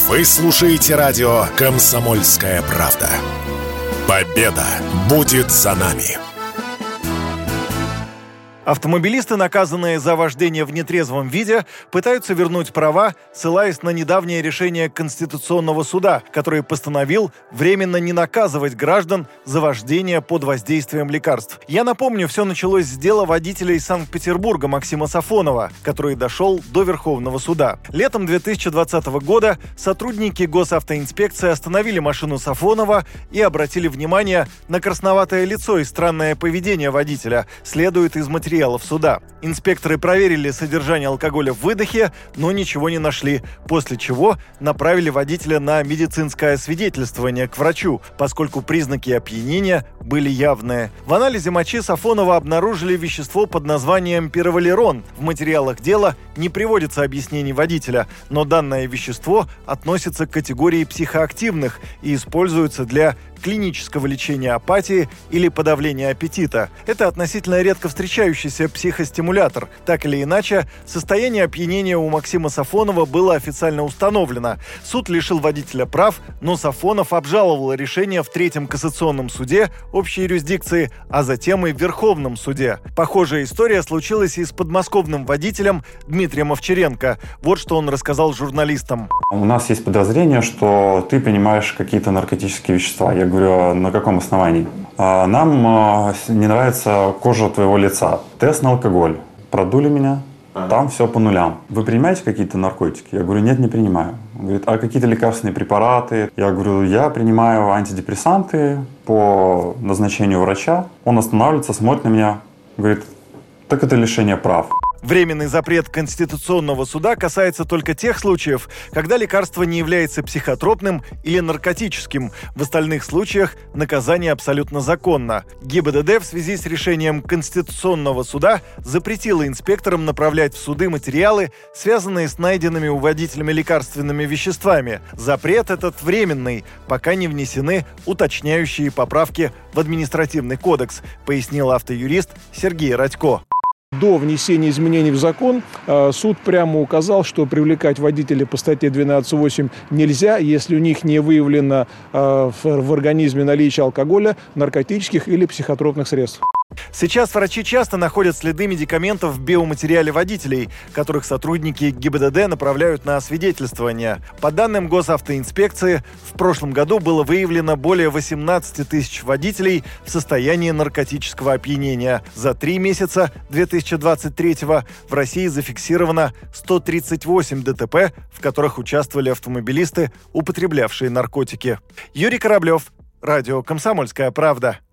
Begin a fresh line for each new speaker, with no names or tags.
Вы слушаете радио «Комсомольская правда». Победа будет за нами.
Автомобилисты, наказанные за вождение в нетрезвом виде, пытаются вернуть права, ссылаясь на недавнее решение Конституционного суда, который постановил временно не наказывать граждан за вождение под воздействием лекарств. Я напомню, все началось с дела водителя из Санкт-Петербурга Максима Сафонова, который дошел до Верховного суда. Летом 2020 года сотрудники госавтоинспекции остановили машину Сафонова и обратили внимание на красноватое лицо и странное поведение водителя, следует из материалов суда. Инспекторы проверили содержание алкоголя в выдохе, но ничего не нашли, после чего направили водителя на медицинское освидетельствование к врачу, поскольку признаки опьянения были явные. В анализе мочи Сафонова обнаружили вещество под названием пировалерон. В материалах дела не приводится объяснений водителя, но данное вещество относится к категории психоактивных и используется для клинического лечения апатии или подавления аппетита. Это относительно редко встречающийся психостимулятор. Так или иначе, состояние опьянения у Максима Сафонова было официально установлено. Суд лишил водителя прав, но Сафонов обжаловал решение в Третьем кассационном суде общей юрисдикции, а затем и в Верховном суде. Похожая история случилась и с подмосковным водителем Дмитрием Овчаренко. Вот что он рассказал журналистам.
У нас есть подозрение, что ты принимаешь какие-то наркотические вещества. Я говорю, на каком основании? Нам не нравится кожа твоего лица. Тест на алкоголь. Продули меня. Там все по нулям. Вы принимаете какие-то наркотики? Я говорю, нет, не принимаю. Он говорит, а какие-то лекарственные препараты? Я говорю, я принимаю антидепрессанты по назначению врача. Он останавливается, смотрит на меня, говорит, так это лишение прав.
Временный запрет Конституционного суда касается только тех случаев, когда лекарство не является психотропным или наркотическим. В остальных случаях наказание абсолютно законно. ГИБДД в связи с решением Конституционного суда запретила инспекторам направлять в суды материалы, связанные с найденными у водителями лекарственными веществами. Запрет этот временный, пока не внесены уточняющие поправки в административный кодекс, пояснил автоюрист Сергей Радько.
До внесения изменений в закон суд прямо указал, что привлекать водителей по статье 12.8 нельзя, если у них не выявлено в организме наличие алкоголя, наркотических или психотропных средств.
Сейчас врачи часто находят следы медикаментов в биоматериале водителей, которых сотрудники ГИБДД направляют на освидетельствование. По данным госавтоинспекции, в прошлом году было выявлено более 18 тысяч водителей в состоянии наркотического опьянения. За 3 месяца 2023-го в России зафиксировано 138 ДТП, в которых участвовали автомобилисты, употреблявшие наркотики. Юрий Кораблев, радио «Комсомольская правда».